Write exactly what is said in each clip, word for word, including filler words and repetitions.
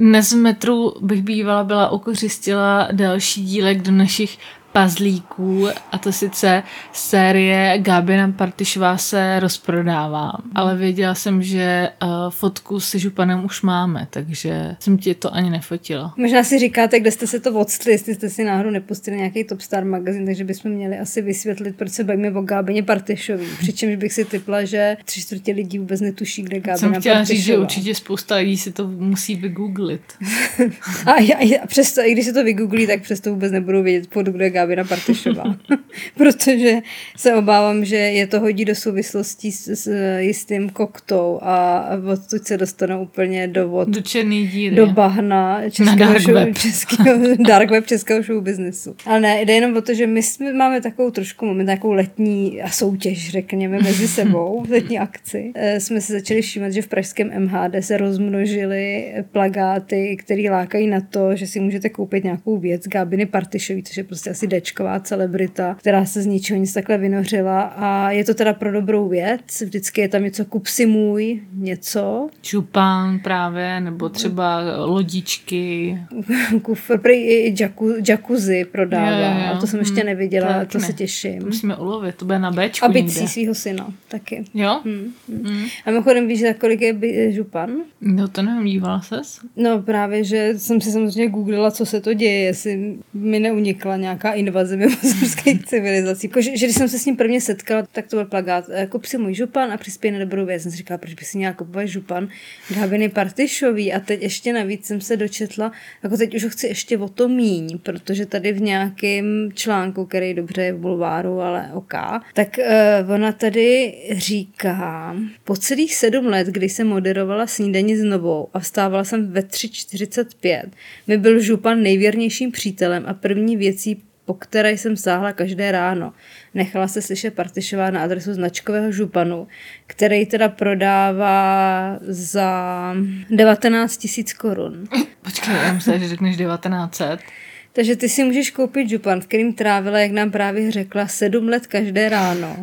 Dnes v metru bych bývala byla ukořistila další dílek do našich puzzlíků, a to sice série Gábina Partyšová se rozprodává. Ale věděla jsem, že uh, fotku se županem už máme, takže jsem ti to ani nefotila. Možná si říkáte, kde jste se to odstli, jestli jste si náhodou nepustili nějaký Top Star magazín, takže bychom měli asi vysvětlit, proč se bavíme o Gábině Partyšový. Přičemž bych si tipla, že tři čtvrtě lidí vůbec netuší, kde Gábina Partyšová. Jsem chtěla říct, že určitě spousta lidí si to musí vygooglit. a, a, a přesto, i když se to vygooglí, tak přesto vůbec nebudou vědět, kde je Gábina Partyšová. Protože se obávám, že je to hodí do souvislostí s, s jistým koktou a odtud se dostanou úplně do vod. Do černý díry. Do bahna českého dark show, web. Českého, dark web českého show businessu. Ale ne, jde jenom o to, že my jsme, máme takovou trošku moment, takovou letní soutěž, řekněme, mezi sebou, letní akci. E, jsme se začali všímat, že v pražském M H D se rozmnožily plakáty, které lákají na to, že si můžete koupit nějakou věc Gábiny Partyšový, což je prostě asi dečková celebrita, která se z ničeho nic takhle vynořila, a je to teda pro dobrou věc. Vždycky je tam něco kup si můj, něco. Župan právě, nebo třeba lodičky. Kufr, prý i jaku, jacuzzi prodává. Jo, jo. A to jsem ještě neviděla, tak to ne. se těším. To musíme ulovit, to bude na Bčku A někde. bicí svýho syna taky. Jo? Hmm. Mm. A mimochodem víš, za kolik je by, župan? No to nevím, dívala ses? No právě, že jsem si samozřejmě googlila, co se to děje, jestli mi neunikla nějaká invaze mimozemských civilizací. Jako, že, že když jsem se s ním prvně setkala, tak to byl plakát. Kup si můj župan a přispěj na dobrou věc. Jsem si říkala, proč bych si měla kupovat župan Gábiny Partyšový. A teď ještě navíc jsem se dočetla, jako teď už ho chci ještě o to míň, protože tady v nějakém článku, který dobře je v bulváru, ale ok, tak uh, ona tady říká, po celých sedm let, kdy jsem moderovala Snídani s Novou a vstávala jsem ve tři čtyřicet pět, mi byl župan nejvěrnějším přítelem a první věcí, po které jsem sáhla každé ráno. Nechala se slyšet Partyšová na adresu značkového županu, který teda prodává za devatenáct tisíc korun. Počkej, já myslím, že řekneš devatenáct set. Takže ty si můžeš koupit župan, v kterým trávila, jak nám právě řekla, sedm let každé ráno.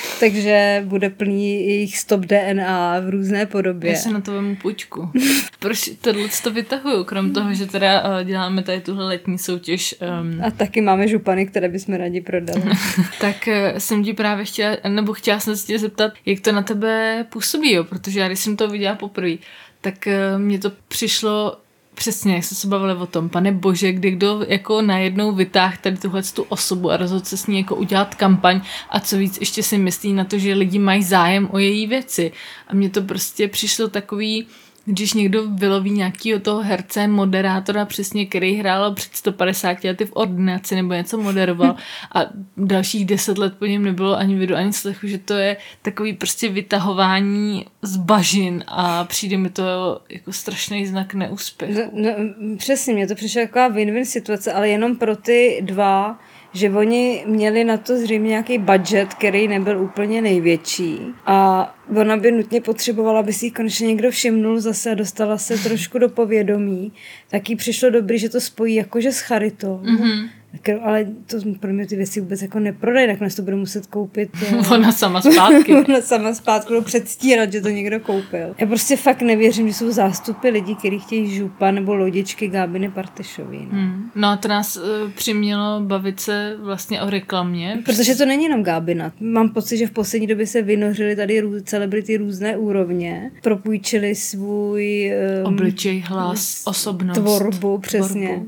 Takže bude plný jejich stop D N A v různé podobě. Já si na to vemu půjčku. Proč tohle to vytahuju, krom toho, že teda děláme tady tuhle letní soutěž. Um... A taky máme župany, které bychom rádi prodali. Tak jsem ti právě chtěla, nebo chtěla jsem se tě zeptat, jak to na tebe působí, jo? Protože já, když jsem to viděla poprvé, tak mně to přišlo přesně, jak jsme se bavili o tom, pane bože, kdy kdo jako najednou vytáhl tady tuhle tu osobu a rozhodl se s ní jako udělat kampaň a co víc ještě si myslí na to, že lidi mají zájem o její věci. A mně to prostě přišlo takový, když někdo vyloví nějakého toho herce, moderátora přesně, který hrál před sto padesáti lety v ordinaci nebo něco moderoval a dalších deset let po něm nebylo ani vidu, ani slechu, že to je takový prostě vytahování z bažin a přijde mi to jako strašný znak neúspěchu. No, no, přesně, mě to přišlo taková win-win situace, ale jenom pro ty dva, že oni měli na to zřejmě nějaký budget, který nebyl úplně největší a ona by nutně potřebovala, aby si ji konečně někdo všimnul zase a dostala se trošku do povědomí, tak jí přišlo dobrý, že to spojí jakože s charitou. Mm-hmm. Ale to pro mě ty věci vůbec jako neprodají, nakonec to bude muset koupit. Ona sama zpátky. Ona sama zpátky budou předstírat, že to někdo koupil. Já prostě fakt nevěřím, že jsou zástupy lidí, kteří chtějí župa nebo lodičky Gábiny Partyšový. No. Hmm. No a to nás uh, přimělo bavit se vlastně o reklamě. Protože to není jenom Gábina. Mám pocit, že v poslední době se vynořily tady rů, celebrity různé úrovně, propůjčili svůj um, obličej, hlas, osobnost. Tvorbu, přesně.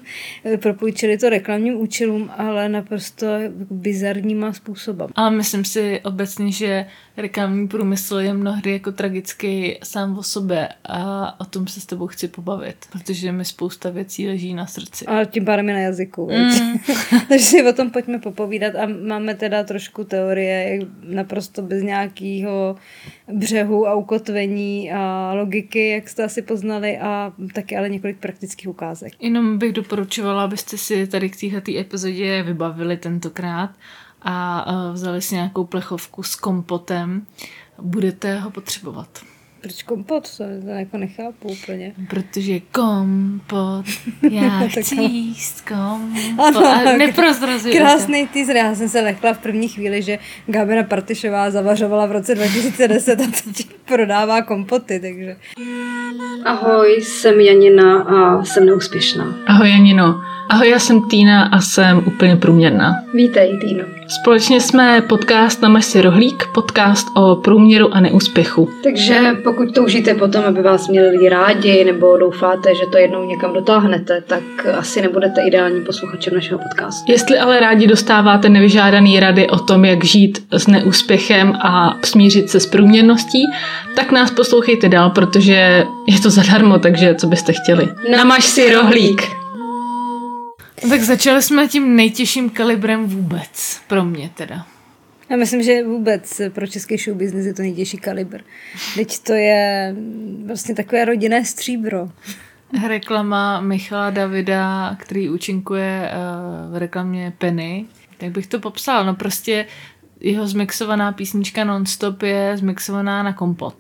Propůjčili to reklamním účelům, ale naprosto bizarníma způsobem. Ale myslím si obecně, že reklamní průmysl je mnohdy jako tragický sám o sobě a o tom se s tebou chci pobavit, protože mi spousta věcí leží na srdci. A tím pádem je na jazyku. Mm. Takže si o tom pojďme popovídat a máme teda trošku teorie naprosto bez nějakého břehu a ukotvení a logiky, jak jste asi poznali, a taky ale několik praktických ukázek. Jenom bych doporučovala, abyste si tady k téhletý epizodě vybavili tentokrát a vzali si nějakou plechovku s kompotem. Budete ho potřebovat. Proč kompot? To, to jako nechápu úplně. Protože kompot, já chci jíst kompot. Ano, a neprozrazuji. Krásný teaser. Já jsem se lekla v první chvíli, že Gábina Partyšová zavařovala v roce dva tisíce deset a teď prodává kompoty, takže... Ahoj, jsem Janina a jsem neúspěšná. Ahoj Janino. Ahoj, já jsem Týna a jsem úplně průměrná. Vítej, Týno. Společně jsme podcast Namaž si rohlík, podcast o průměru a neúspěchu. Takže pokud toužíte potom, aby vás měli lidi rádi, nebo doufáte, že to jednou někam dotáhnete, tak asi nebudete ideálním posluchačem našeho podcastu. Jestli ale rádi dostáváte nevyžádaný rady o tom, jak žít s neúspěchem a smířit se s průměrností, tak nás poslouchejte dál, protože je to zadarmo, takže co byste chtěli. Namaž si rohlík. Tak začali jsme tím nejtěžším kalibrem vůbec, pro mě teda. Já myslím, že vůbec pro český show business je to nejtěžší kalibr. Teď to je vlastně takové rodinné stříbro. Reklama Michala Davida, který účinkuje v reklamě Penny. Jak bych to popsal? No prostě jeho zmixovaná písnička Non-Stop je zmixovaná na kompot.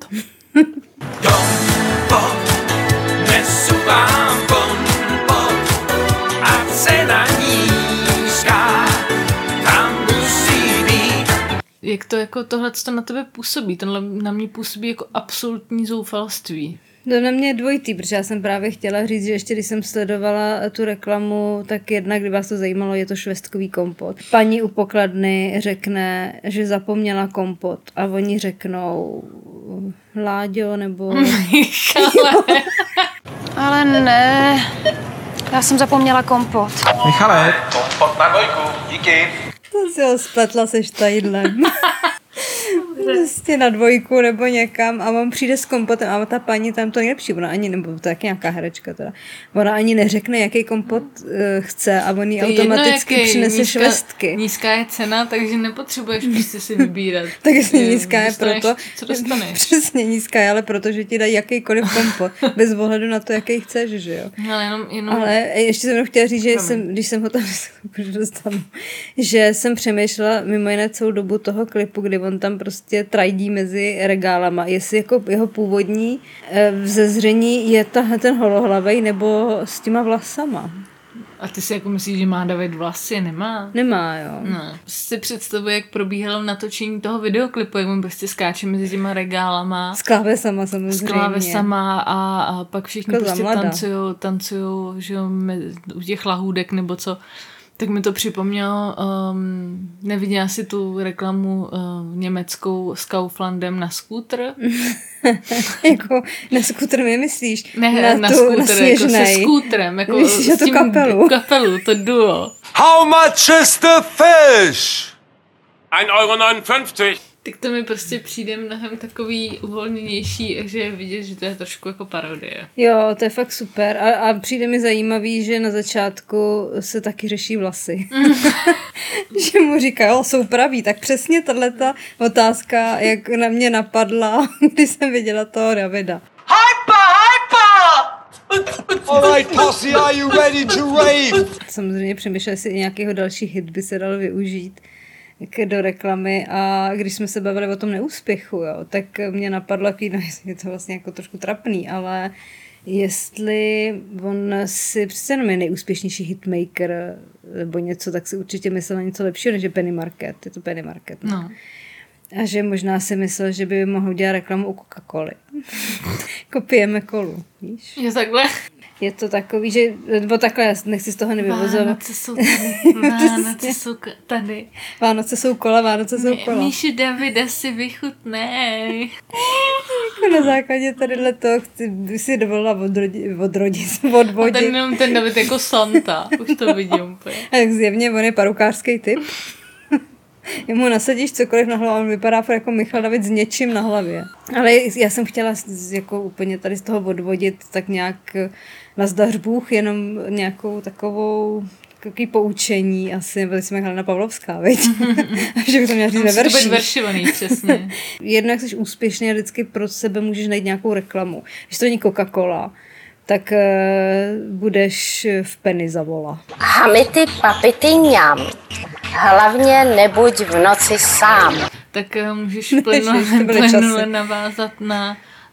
Kompot, nesu vám kompot a cena nízká, tam musí být. Jak to jako tohleto na tebe působí? Tohle na mě působí jako absolutní zoufalství. To na mě je dvojitý, protože já jsem právě chtěla říct, že ještě když jsem sledovala tu reklamu, tak jednak, kdyby vás to zajímalo, je to švestkový kompot. Paní u pokladny řekne, že zapomněla kompot a oni řeknou Láďo nebo... Ale ne, já jsem zapomněla kompot. Michale, kompot na dvojku, díky. To si ho spletla se štajdlem. Prostě na dvojku nebo někam a on přijde s kompotem a ta paní tam to nejlepší, ona ani, nebo to je nějaká herečka teda, ona ani neřekne, jaký kompot uh, chce a on jí automaticky jedno, přinese nízká, švestky. Nízká je cena, takže nepotřebuješ prostě si vybírat. Takže nízká je dostaneš, proto, co dostaneš. Přesně nízká je, ale protože ti dají jakýkoliv kompot, bez ohledu na to, jaký chceš, že jo. Ale, jenom, jenom... ale ještě jsem chtěla říct, že jsem, když jsem ho tam dostanu, že jsem přemýšlela mimo jiné celou dobu toho klipu, kdy on tam prostě trajdí mezi regálama. Jestli jako jeho původní vzezření je ta, ten holohlavej nebo s těma vlasama. A ty si jako myslíš, že má David vlasy? Nemá? Nemá, jo. No. Si představuji, jak probíhalo natočení toho videoklipu, jak on prostě skáče mezi těma regálama. S klávesama samozřejmě. S klávesama a, a pak všichni jako prostě tancujou, tancujou, že jo, u těch lahůdek nebo co. Tak mi to připomnělo, um, neviděla si tu reklamu uh, německou s Kauflandem na skútr? Jako na skútr mi myslíš? Ne, na, na skútr, na jako se skútrem, jako myslíš, s tím kapelu? kapelu, to duo. How much is the fish? ein Euro neunundfünfzig. Tak to mi prostě přijde mnohem takový uvolněnější, že je vidět, že to je trošku jako parodie. Jo, to je fakt super. A, a přijde mi zajímavý, že na začátku se taky řeší vlasy. Že mu říká, jo, jsou praví. Tak přesně tahleta otázka, jak na mě napadla, když jsem viděla toho Davida. Hyper, hyper! Alright, posse, are you ready to rave? Samozřejmě přemýšlel, jestli nějakého další hit by se dal využít do reklamy a když jsme se bavili o tom neúspěchu, jo, tak mě napadlo, no, je to vlastně jako trošku trapný, ale jestli on si přece jenom je nejúspěšnější hitmaker nebo něco, tak si určitě myslel na něco lepšího, než je Penny Market. Je to Penny Market. No. No. A že možná si myslel, že by mohl dělat reklamu u Coca-Coly. Jako pijeme kolu, víš? Je takhle? Je to takový, že, nebo takhle, nechci z toho nevyvozovat. Vánoce jsou tady, Vánoce jsou tady. Vánoce jsou kola, Vánoce jsou kola. Míši Davida si vychutnej. Jako na základě tadyhle toho chci, by si dovolila odrodit, odrodit, odvodit. A ten jenom ten David jako Santa, už to vidím úplně. A tak zjevně on je parukářský typ. Jemu nasadíš cokoliv na hlavu, on vypadá jako Michal David s něčím na hlavě. Ale já jsem chtěla jako úplně tady z toho odvodit tak nějak nazdař Bůh, jenom nějakou takovou takový poučení asi, byli jsme Helena Pavlovská, veď? Že bych to měla říct ve verších. Musí to být veršovaný, přesně. Jedno, jak jsi úspěšný a vždycky pro sebe můžeš najít nějakou reklamu. Když to není Coca-Cola, tak uh, budeš v Penny zavola. Hamity papity ňam. Hlavně nebuď v noci sám. Tak uh, můžeš plynule, plynule navázat na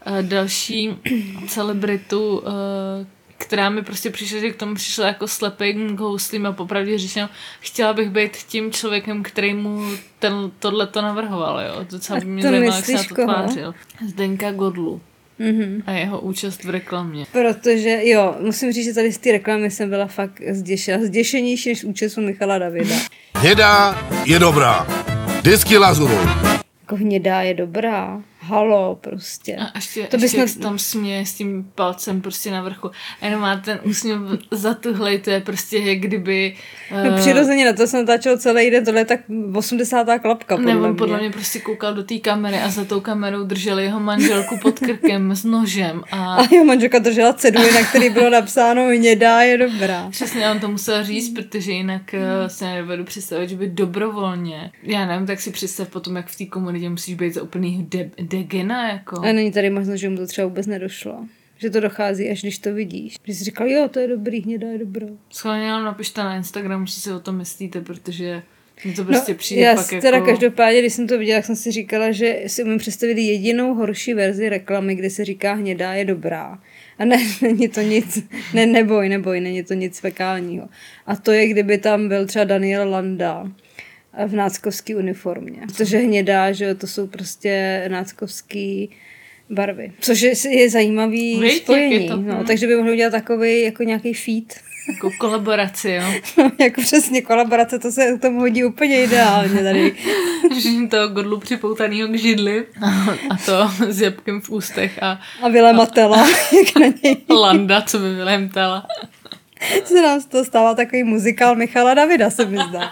další celebritu, uh, která mi prostě přišla, že k tomu přišla jako slepej k houslím a popravdě řečeno, chtěla bych být tím člověkem, který mu ten, tohleto navrhoval, jo. Docela by mě zajímalo, jak se na to tvářil. Zdeňka Godlu. Mm-hmm. A jeho účast v reklamě. Protože, jo, musím říct, že tady z té reklamy jsem byla fakt zděšená. Zděšenější než účast u Michala Davida. Hnědá je dobrá. Vždycky lazurovou. Jako hnědá je dobrá. Halo, prostě. A ještě, to ještě snad... tam směje s tím palcem prostě na vrchu. A jenom má ten úsměv zatuhlej, to je prostě jak kdyby... Uh... No přirozeně, na to jsem natáčel celý den, tohle je tak osmdesátá klapka, podle Nebo mě. podle mě prostě koukal do té kamery a za tou kamerou držel jeho manželku pod krkem s nožem. A, a jeho manželka držela ceduli, na který bylo napsáno hnědá je dobrá. Přesně, on to musel říct, protože jinak uh, se nedovedu představit, že by dobrovolně. Já nevím, tak si představ potom, jak v té komunitě musíš být za úplný de- degena, jako. A není tady možnost, že mu to třeba vůbec nedošlo. Že to dochází, až když to vidíš. Když jsi říkal, jo, to je dobrý, hnědá je dobrá. Schválně nám napište na Instagramu, co si o tom myslíte, protože mi to prostě no, přijde já fakt teda jako... každopádně, když jsem to viděla, tak jsem si říkala, že si umím představit jedinou horší verzi reklamy, kde se říká hnědá je dobrá. A ne, není to nic, ne, neboj, neboj, není to nic fekálního. A to je, kdyby tam byl třeba Daniel Landa v náckovský uniformě. Protože hnědá, že to jsou prostě náckovský barvy. Což je, je zajímavý Víte, spojení. To, no, takže by mohli udělat takový jako nějaký feat. Jako kolaboraci, jo? No, jako přesně kolaborace, to se tomu hodí úplně ideálně tady. Toho Godlu připoutanýho k židli a to s jabkem v ústech a... A vylematela, jak na něj. Landa, co by vylemtala. Se nám z toho stává takový muzikál Michala Davida, se mi zdá.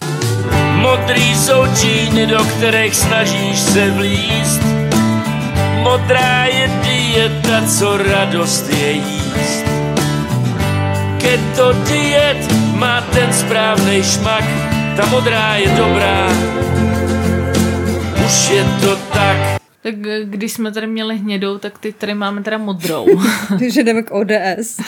Modrý jsou džíny, do kterých snažíš se vlízt. Modrá je dieta, co radost je jíst. Keto diet má ten správnej šmak. Ta modrá je dobrá, už je to tak. Tak když jsme tady měli hnědou, tak teď tady máme teda modrou. Takže jdeme k O D S.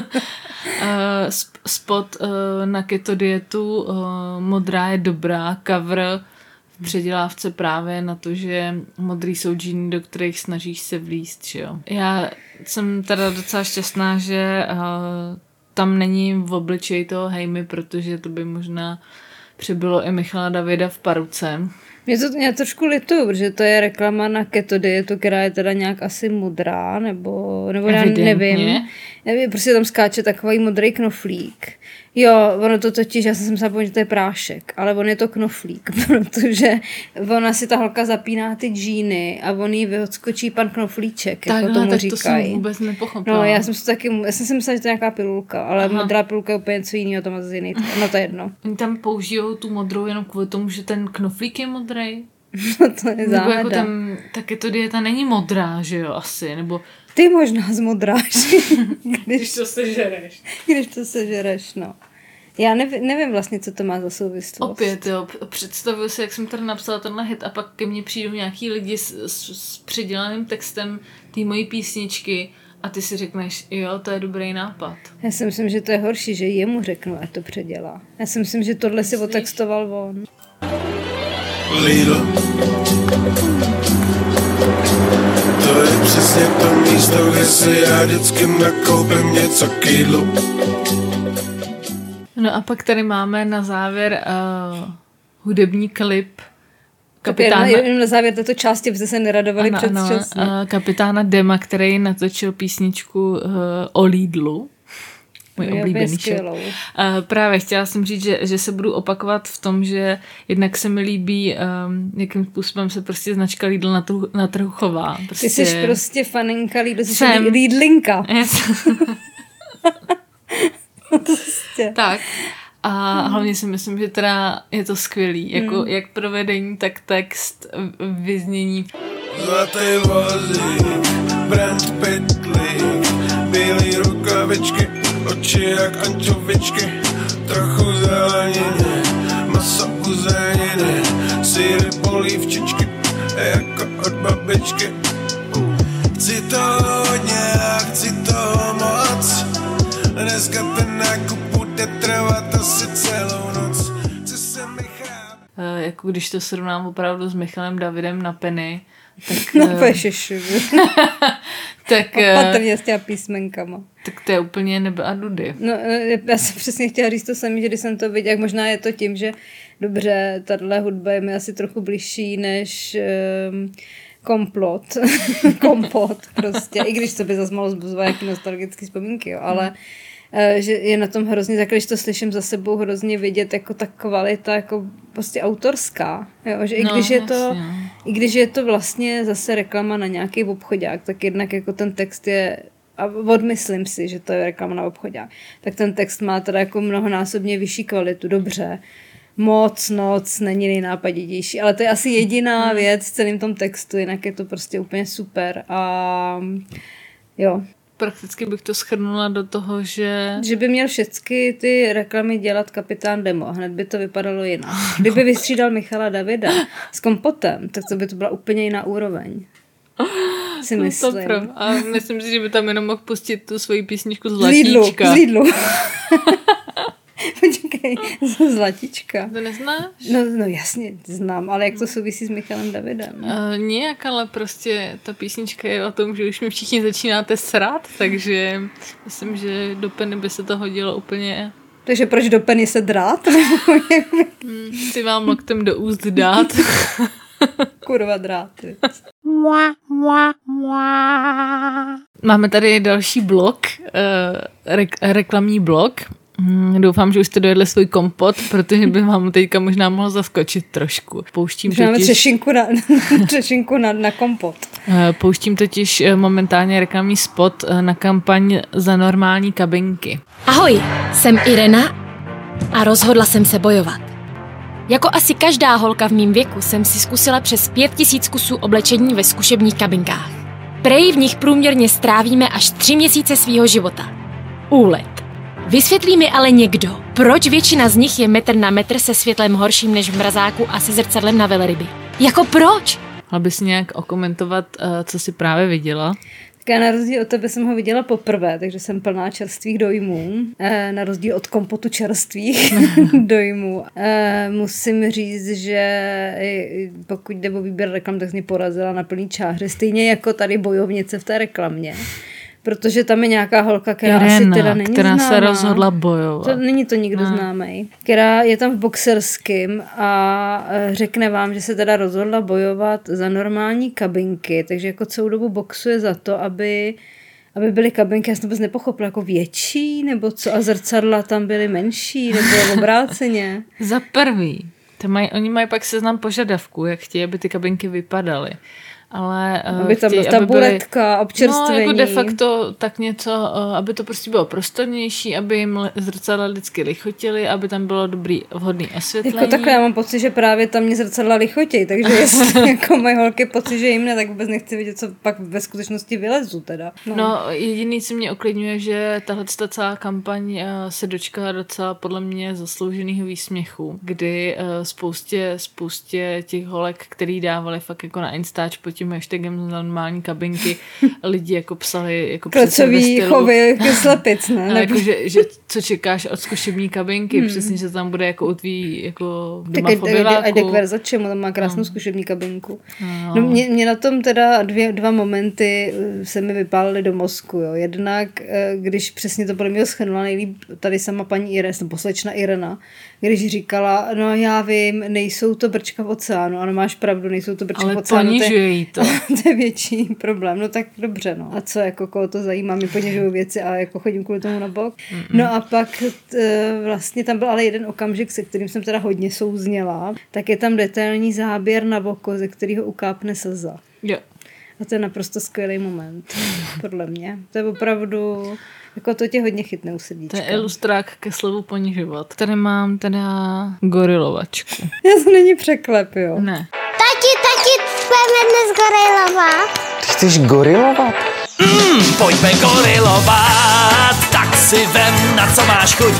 Spot na keto dietu, modrá je dobrá, cover v předělávce právě na to, že modrý jsou džíny, do kterých snažíš se vlízt, že jo. Já jsem teda docela šťastná, že tam není v obličeji toho hejmy, protože to by možná přebylo i Michala Davida v paruce. Mě to mě trošku lituju, protože to je reklama na keto dietu, která je teda nějak asi modrá, nebo, nebo já nevím. nevím. Prostě tam skáče takový modrý knoflík. Jo, ono to totiž, já jsem si myslela, že to je prášek, ale on je to knoflík, protože ona si ta holka zapíná ty džíny a on jí vyhodskočí pan knoflíček, tak, jako no, tomu tak říkají. To jsem vůbec nepochopila. No, já jsem si taky, já jsem si myslela, že to je nějaká pilulka, ale Aha. modrá pilulka je úplně něco jiného, to má zase jiný, no to je jedno. Oni tam použijou tu modrou jenom kvůli tomu, že ten knoflík je modrý. No to je záhada. Nebo jako tam, taky to dieta není modrá, že jo, asi, nebo... Ty možná zmodráš, když, když to sežereš. Když to sežereš, no. Já nevím, nevím vlastně, co to má za souvislost. Opět, jo, představuji si, jak jsem tady napsala tenhle hit a pak ke mně přijdou nějaký lidi s, s, s předělaným textem té mojí písničky a ty si řekneš, jo, to je dobrý nápad. Já si myslím, že to je horší, že jemu řeknu, ať to předělá. Já si myslím, že tohle si otextoval on. Lidl. To je přesně to místo, kde si já vždycky nakoupím něco k jídlu. No a pak tady máme na závěr uh, hudební klip kapitána... Jenom na závěr této části, protože se neradovali ano, předčasně. Ano, uh, kapitána Dema, který natočil písničku uh, o Lidlu. Můj oblíbený show. Uh, právě chtěla jsem říct, že, že se budu opakovat v tom, že jednak se mi líbí, um, jakým způsobem se prostě značka Lidl na, tu, na trhu chová. Prostě... Ty jsi prostě faninka Lidl, jsi Lidlinka. Yes. prostě. Tak. A hmm. hlavně si myslím, že teda je to skvělý. Jako, hmm. Jak provedení, tak text, vyznění. Zlatý vozík, Brand Pitlík, bílý rukavičky, oči jak ančovičky, trochu zeleniny, maso uzeniny, síry polívčičky, jako od babičky. Chci to hodně a chci toho moc, dneska ten nákup bude trvat asi celou noc. Co se mi chráb... Jako když to srovnám opravdu s Michalem Davidem na Penny, Tak, no pešiši. tak, opatrně s těma písmenkama. Tak to je úplně nebe a dudy. No, já jsem přesně chtěla říct to samé, že když jsem to viděla, jak možná je to tím, že dobře, tahle hudba je mi asi trochu bližší než um, komplot. Kompot prostě, i když to by zase malo zbuzovat nějaký nostalgický vzpomínky, jo, ale hmm. že je na tom hrozně, tak když to slyším za sebou hrozně vidět jako ta kvalita jako prostě autorská, jo, že i když no, je to jasně. i když je to vlastně zase reklama na nějaký obchodák, tak jednak jako ten text je, a odmyslím si, že to je reklama na obchodák, tak ten text má teda jako mnohonásobně vyšší kvalitu, dobře, moc, noc, není nejnápaditější, ale to je asi jediná věc v celém tom textu, jinak je to prostě úplně super a jo. Prakticky bych to shrnula do toho, že... Že by měl všechny ty reklamy dělat kapitán Demo. Hned by to vypadalo jinak. Kdyby vystřídal Michala Davida s Kompotem, tak to by to byla úplně jiná úroveň. Si myslím. No to a myslím si, že by tam jenom mohl pustit tu svoji písničku Zlatíčka. Z Lidlu. Počkej, Zlatička. To neznáš? No, no jasně, znám, ale jak to souvisí s Michalem Davidem? Uh, nějak, ale prostě ta písnička je o tom, že už mi všichni začínáte srát, takže myslím, že do Penny by se to hodilo úplně... Takže proč do Penny se drát? hmm, si vám loktem do úst dát. Kurva dráty. Máme tady další blok, uh, re- reklamní blok. Hmm, doufám, že už jste dojedli svůj kompot, protože by vám teďka možná mohl zaskočit trošku. Pouštím totiž... Máme třešinku na, třešinku na, na kompot. Pouštím totiž momentálně reklamní spot na kampaň za normální kabinky. Ahoj, jsem Irena a rozhodla jsem se bojovat. Jako asi každá holka v mým věku jsem si zkusila přes pět tisíc kusů oblečení ve zkušebních kabinkách. Prej v nich průměrně strávíme až tři měsíce svýho života. Úlet. Vysvětlí mi ale někdo, proč většina z nich je metr na metr se světlem horším než v mrazáku a se zrcadlem na velryby. Jako proč? Měla bys nějak okomentovat, co jsi právě viděla? Tak já na rozdíl od tebe jsem ho viděla poprvé, takže jsem plná čerstvých dojmů. Na rozdíl od kompotu čerstvých dojmů. Musím říct, že pokud jde o výběr reklam, tak mě porazila na plný čáře. Stejně jako tady bojovnice v té reklamě. Protože tam je nějaká holka, která Irena, asi teda není která známá. se rozhodla bojovat. To není to nikdo no. známý. Která je tam v boxerským a řekne vám, že se teda rozhodla bojovat za normální kabinky, takže jako celou dobu boxuje za to, aby, aby byly kabinky, já jsem vůbec nepochopila, jako větší, nebo co, a zrcadla tam byly menší, nebo obráceně. Za prvý, maj, oni mají pak seznam požadavků, jak chtějí, aby ty kabinky vypadaly. Ale aby tam byla tabuletka, občerstvení. No, jako de facto tak něco, aby to prostě bylo prostornější, aby jim zrcadla vždycky lichotily, aby tam bylo dobrý, vhodný osvětlení. Jako takhle já mám pocit, že právě tam mě zrcadla lichotějí, takže jestli jako mají holky pocit, že jim ne, tak vůbec nechci vidět, co pak ve skutečnosti vylezu teda. No, no jediný, co mě uklidňuje, že tahle celá kampaň se dočkala docela podle mě zaslouženého výsměchu, kdy spoustě, spoustě těch holek, který dávali fakt jako na Instač po tím hashtagem normální kabinky, lidi jako psali jako Kracový chovy jako slepic, ne? Ale jako, že, že co čekáš od zkušební kabinky, hmm. přesně, že tam bude jako u tvý jako doma v obyváku. Tak jde k Verzačemu, tam má krásnou no. zkušební kabinku. No, no mě, mě na tom teda dvě, dva momenty se mi vypálily do mozku, jo. Jednak, když přesně to podle mě schrnula nejlíp tady sama paní Irena, nebo slečna Irena, když říkala, no já vím, nejsou to brčka v oceánu, ano, máš pravdu, nejsou to brčka ale v oceánu. Ale ponižuje jí to. To je větší problém, no tak dobře, no. A co, jako koho to zajímá, mě ponižují věci a jako chodím kvůli tomu na bok. Mm-mm. No a pak t, vlastně tam byl ale jeden okamžik, se kterým jsem teda hodně souzněla, tak je tam detailní záběr na oko, ze kterého ukápne slza. Jo. A to je naprosto skvělý moment, podle mě. To je opravdu, jako to tě hodně chytne u srdíčka. To je ilustrák ke slovu ponižovat. Tady mám teda gorilovačku. Já to není překlep, jo. Ne. Tati, tati, budeme dnes gorilovat. Ty chceš gorilovat? Mm, pojďme gorilovat, tak si vem, na co máš chuť.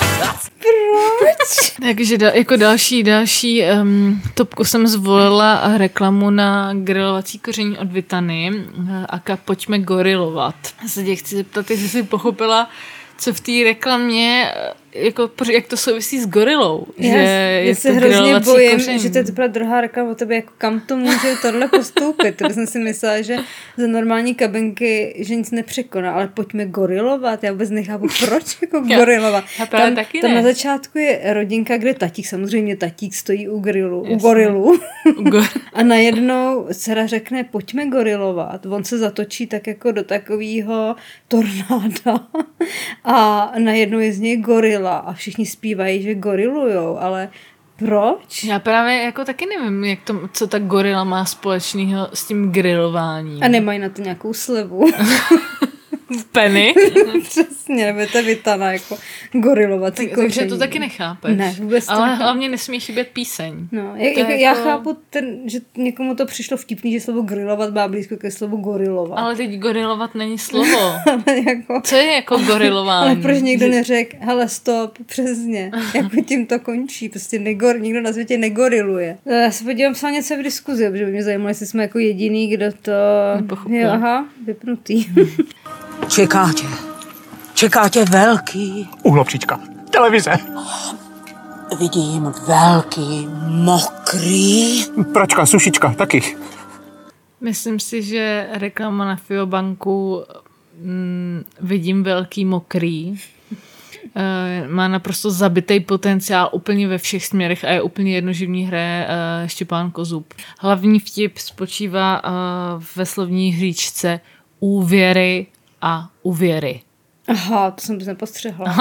Proč? Takže da, jako další, další um, topku jsem zvolila reklamu na grilovací koření od Vitany a pojďme gorilovat. Já se tě chci zeptat, jestli jsi pochopila, co v té reklamě jako, jak to souvisí s gorilou. Já, že já se hrozně bojím, koření. Že to je teprve druhá reklama o tebe, jako kam to může tohle postupit. To jsem si myslela, že za normální kabinky, že nic nepřekoná, ale pojďme gorilovat. Já vůbec nechápu, proč jako gorilovat. Já tam, taky tam ne. na začátku je rodinka, kde tatík, samozřejmě tatík stojí u grilu, u gorilu. A najednou dcera řekne, pojďme gorilovat. On se zatočí tak jako do takového tornáda a najednou je z něj gorila a všichni zpívají, že gorilujou, ale proč? Já právě jako taky nevím, jak to, co ta gorila má společného s tím grilováním. A nemají na to nějakou slevu. Penny. Přesně, nebo to vytaná jako gorilovací tak, takže to taky nechápeš. Ne, vůbec to ale nechápeš. Hlavně nesmí chybět píseň. No, já, jako... já chápu, ten, že někomu to přišlo vtipný, že slovo grilovat má blízko ke slovu gorilovat. Ale teď gorilovat není slovo. Ale jako... Co je jako gorilování? Ale proč někdo neřekl, hele stop, přesně, jako tím to končí, prostě negor, nikdo na světě negoriluje. Já se podívám psal něco v diskuzi, protože by mě zajímalo, jestli jsme jako jediný, kdo to... Jo, aha, vypnutý. Čeká tě. Čeká tě velký... Uhlopříčka. Televize. Vidím velký, mokrý... Pračka, sušička, taky. Myslím si, že reklama na Fiobanku mm, vidím velký, mokrý. E, má naprosto zabitý potenciál úplně ve všech směrech a je úplně jedno, že v ní hraje e, Štěpán Kozub. Hlavní vtip spočívá e, ve slovní hříčce úvěry a uvěry. Aha, to jsem nepostřehla.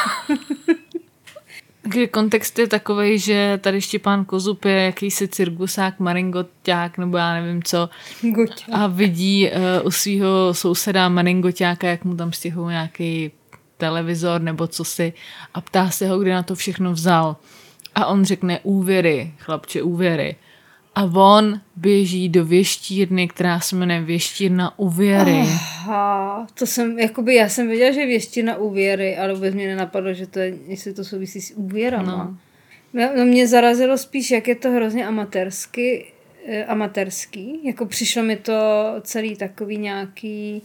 Takže kontext je takovej, že tady Štěpán Kozub je jakýsi cirkusák, maringoťák, nebo já nevím co. Goťák. A vidí uh, u svého souseda maringoťáka, jak mu tam stěhují nějaký televizor nebo cosi a ptá se ho, kde na to všechno vzal. A on řekne úvěry, chlapče, úvěry. A on běží do věštírny, která se jmenuje Věštírna úvěry. Aha, to jsem, jakoby já jsem věděla, že je věštírna úvěry, ale vůbec mě nenapadlo, že to je, jestli to souvisí s úvěrama. No. No, mě zarazilo spíš, jak je to hrozně amatérsky, eh, amatérský. Jako přišlo mi to celý takový nějaký,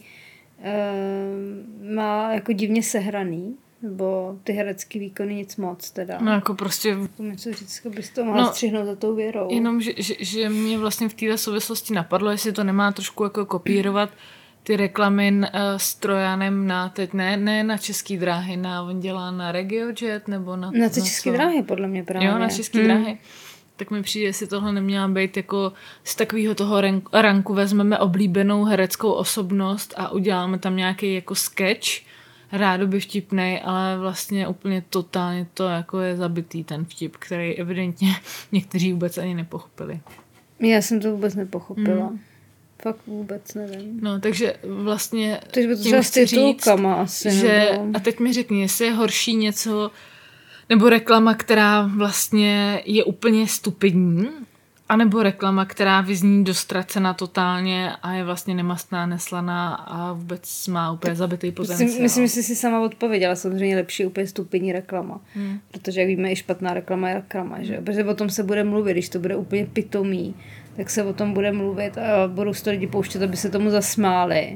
eh, má jako divně sehraný. Nebo ty herecký výkony nic moc teda. No jako prostě... Něco říct, bys to mohla no, střihnout za tou věrou. Jenom, že, že, že mě vlastně v této souvislosti napadlo, jestli to nemá trošku jako kopírovat ty reklamy uh, s Trojanem na teď, ne, ne na Český dráhy, na, on dělá na RegioJet nebo na... Na ty Český dráhy podle mě právě. Jo, na Český hmm. dráhy. Tak mi přijde, jestli tohle neměla být jako z takového toho ranku vezmeme oblíbenou hereckou osobnost a uděláme tam nějaký jako sketch, rádoby vtipnej, ale vlastně úplně totálně to jako je zabitý ten vtip, který evidentně někteří vůbec ani nepochopili. Já jsem to vůbec nepochopila. Hmm. Fakt vůbec nevím. No, takže vlastně takže by to třeba s titulkama asi. Že, nebo... A teď mi řekni, jestli je horší něco, nebo reklama, která vlastně je úplně stupidní, anebo reklama, která vyzní dostracena totálně a je vlastně nemastná, neslaná a vůbec má úplně zabitý potenciál. Myslím, že jsi si sama odpověděla, samozřejmě lepší úplně stupidní reklama. Hmm. Protože jak víme, i špatná reklama je reklama, že? Hmm. Protože o tom se bude mluvit, když to bude úplně pitomý, tak se o tom bude mluvit a budou se to lidi pouštět, aby se tomu zasmáli.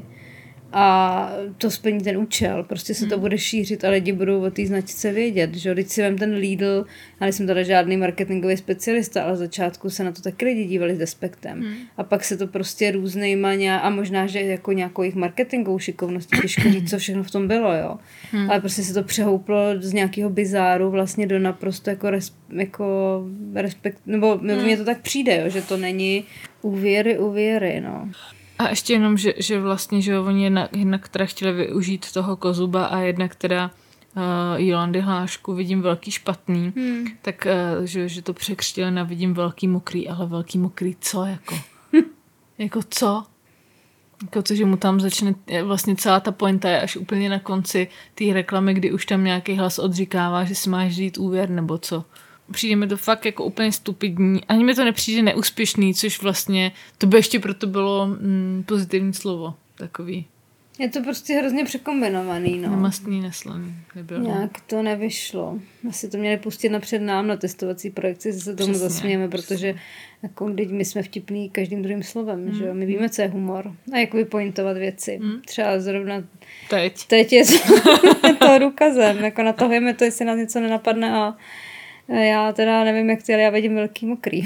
A to splní ten účel, prostě se to bude šířit a lidi budou o té značce vědět, že když si vem ten Lidl, já nejsem teda žádný marketingový specialista, ale v začátku se na to taky lidi dívali s despektem. Hmm. A pak se to prostě různejma nějak, a možná, že jako nějakou jejich marketingovou šikovností, těžko říct, co všechno v tom bylo, jo. Hmm. Ale prostě se to přehouplo z nějakého bizáru vlastně do naprosto jako, res, jako respekt, nebo hmm. mně to tak přijde, jo, že to není úvěry, úvěry, no. A ještě jenom, že, že vlastně, že oni jednak, jednak teda chtěli využít toho Kozuba a jednak teda uh, Jolandy Hlášku vidím velký špatný, hmm. tak uh, že, že to překřtili na vidím velký mokrý, ale velký mokrý co jako? Jako co? Jako to, že mu tam začne, vlastně celá ta pointa je až úplně na konci té reklamy, kdy už tam nějaký hlas odříkává, že si máš říct úvěr nebo co. Přijde mi to fakt jako úplně stupidní. Ani mi to nepřijde neúspěšný, což vlastně, to by ještě proto bylo mm, pozitivní slovo. Takový. Je to prostě hrozně překombinovaný, no. Nemastný, neslaný. Nebylo. Nějak to nevyšlo. Asi to měli pustit napřed nám na testovací projekci, se tomu Přesně. zasmějeme, protože jako, teď my jsme vtipný každým druhým slovem, Mm. že jo? My víme, co je humor. A jak vypointovat věci. Mm. Třeba zrovna Teď. teď je to důkazem. Jako natahujeme to, jestli nás něco nenapadne a já teda nevím, jak ty, ale já vidím velký mokrý.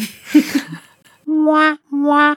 Mua, mua,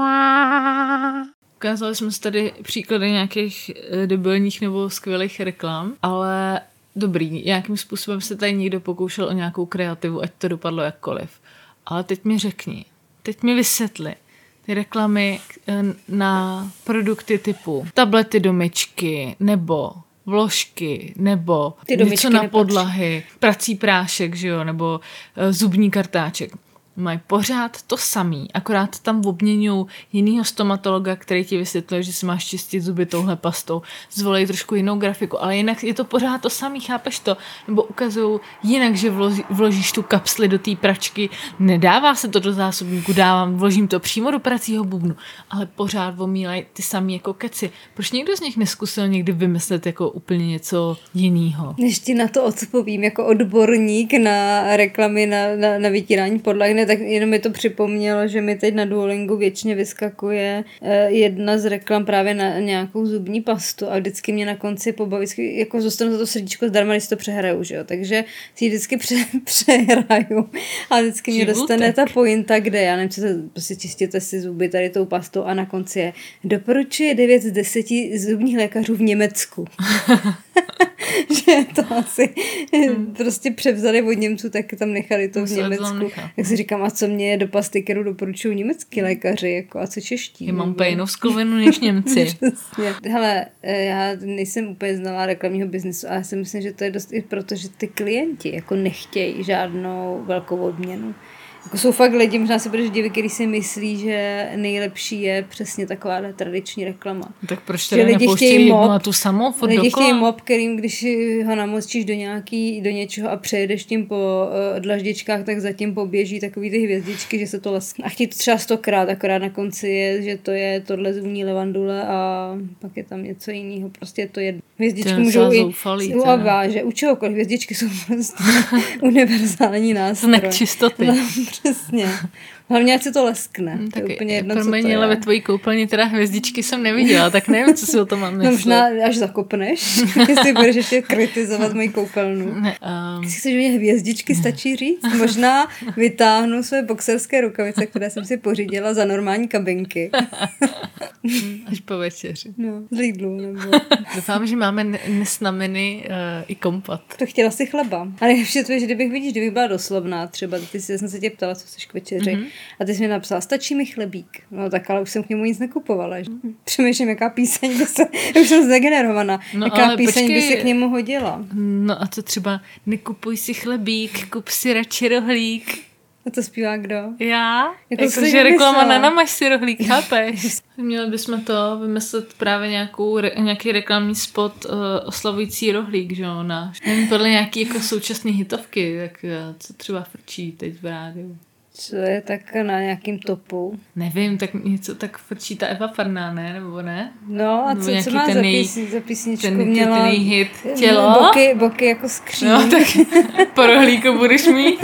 mua. Ukázali jsme si tady příklady nějakých eh, debilních nebo skvělých reklam, ale dobrý, nějakým způsobem se tady někdo pokoušel o nějakou kreativu, ať to dopadlo jakkoliv. Ale teď mi řekni, teď mi vysvětli ty reklamy eh, na produkty typu tablety do myčky, nebo vložky, nebo Ty do něco myčky na nepatří. podlahy, prací prášek, že jo, nebo eh, zubní kartáček. Mají pořád to samý, akorát tam obměňují jinýho stomatologa, který ti vysvětluje, že si máš čistit zuby touhle pastou, zvolej trošku jinou grafiku, ale jinak je to pořád to samý, chápeš to? Nebo ukazují jinak, že vloží, vložíš tu kapsli do té pračky, nedává se to do zásobníku, dávám, vložím to přímo do pracího bubnu, ale pořád omílají ty samý jako keci. Proč někdo z nich neskusil někdy vymyslet jako úplně něco jinýho? Než ti na to odpovím, jako odborník na reklamy na, na, na vytírání podlahy, tak jenom mi to připomnělo, že mi teď na Duolingu věčně vyskakuje eh, jedna z reklam právě na nějakou zubní pastu a vždycky mě na konci pobaví, vždycky jako zostanu za to srdíčko zdarma, když to přehraju, že jo, takže si ji vždycky pře, přehraju a vždycky mě Životek. dostane ta pointa, kde já nevím, co to, prostě čistěte si zuby tady tou pastou a na konci je doporučuje devět z deseti zubních lékařů v Německu. Že to asi hmm. prostě převzali od Němců, tak tam nechali to Museli v Německu. Tak si říkám, a co mě do pasty, kterou doporučují německý lékaři, jako, a co čeští? Já mám úplně jinou sklovinu než Němci. Přesně. Hele, já nejsem úplně znalá reklamního biznesu, ale já si myslím, že to je dost i proto, že ty klienti jako nechtějí žádnou velkou odměnu. Jako jsou fakt lidi, možná se budeš divit, když si myslí, že nejlepší je přesně takováhle tradiční reklama. Tak proč teda nepouštějí jednu a tu samou furt lidi dokola? chtějí mob, kterým když ho namočíš do nějaký, do něčeho a přejedeš tím po uh, dlaždičkách, tak zatím poběží takový ty hvězdičky, že se to leskne. A chtějí to třeba stokrát, akorát na konci je, že to je tohle zubní levandule a pak je tam něco jiného. Prostě je to jedno. Hvězdičky můžou i uavá, že u čehokoliv hvězdičky jsou prostě univerzální nástroj. Znak čistoty. No, přesně. Hlavně, ať se to leskne. Hmm, to je tak úplně jedno, co to promiň, je. ale ve tvojí koupelni teda hvězdičky jsem neviděla, tak nevím, co si o tom mám myslet. No možná až zakopneš, jestli budeš ještě kritizovat moji koupelnu. Ne, um... Když chceš, že mě hvězdičky stačí říct? Možná vytáhnu své boxerské rukavice, které jsem si pořídila za normální kabinky. Až po večeři. No, z Lidlu nebo... Doufám, že máme dnes na menu uh, i kompot. To chtěla si chleba. A nejlepší je to, že kdybych, vidíš, kdybych byla doslovná, třeba ty si, jsem se tě ptala, co chceš k večeři. Mm-hmm. A ty jsi mi napsala, stačí mi chlebík. No tak ale už jsem k němu nic nekupovala. Že? Přemýšlím, jaká píseň by se, už jsem zdegenerovaná, no, jaká píseň počkej, by se k němu hodila. No a to třeba nekupuj si chlebík, kup si radši rohlík. A to zpívá kdo? Já? Jako Jakože jako, reklama na namaž si rohlík, chápeš? Měli bychom to vymyslet právě nějakou, re, nějaký reklamní spot uh, oslavující rohlík, že jo, náš. Nevím, podle nějaký jako současné hitovky, tak uh, co třeba frčí teď v rádiu. Co je tak na nějakým topu? Nevím, tak něco tak frčí ta Eva Farná, ne? Nebo ne? No a nebo co, co má za, pís, za písničku? Ten, Měla ten hit Tělo? Boky, boky jako skříň. No tak po rohlíku budeš mít.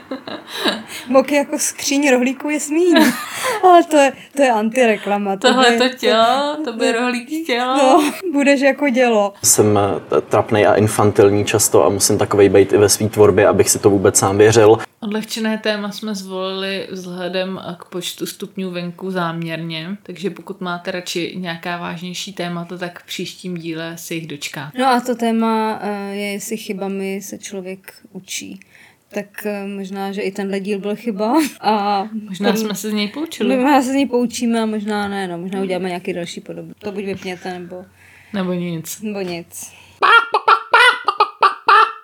Boky jako skříň rohlíku je smíň. Ale to je, to je antireklama. To Tohle by, to tělo, to by rohlík tělo. No, budeš jako dělo. Jsem trapnej a infantilní často a musím takovej být i ve své tvorbě, abych si to vůbec sám věřil. Odlehčené téma jsme zvolili vzhledem k počtu stupňů venku záměrně, takže pokud máte radši nějaká vážnější témata, tak v příštím díle se jich dočkáte. No a to téma je, jestli chybami se člověk učí. Tak možná, že i tenhle díl byl chyba. A možná ten, jsme se z něj poučili. Možná se z něj poučíme a možná ne, no. Možná uděláme nějaký další podobu. To buď vypněte, nebo... Nebo nic. Nebo nic.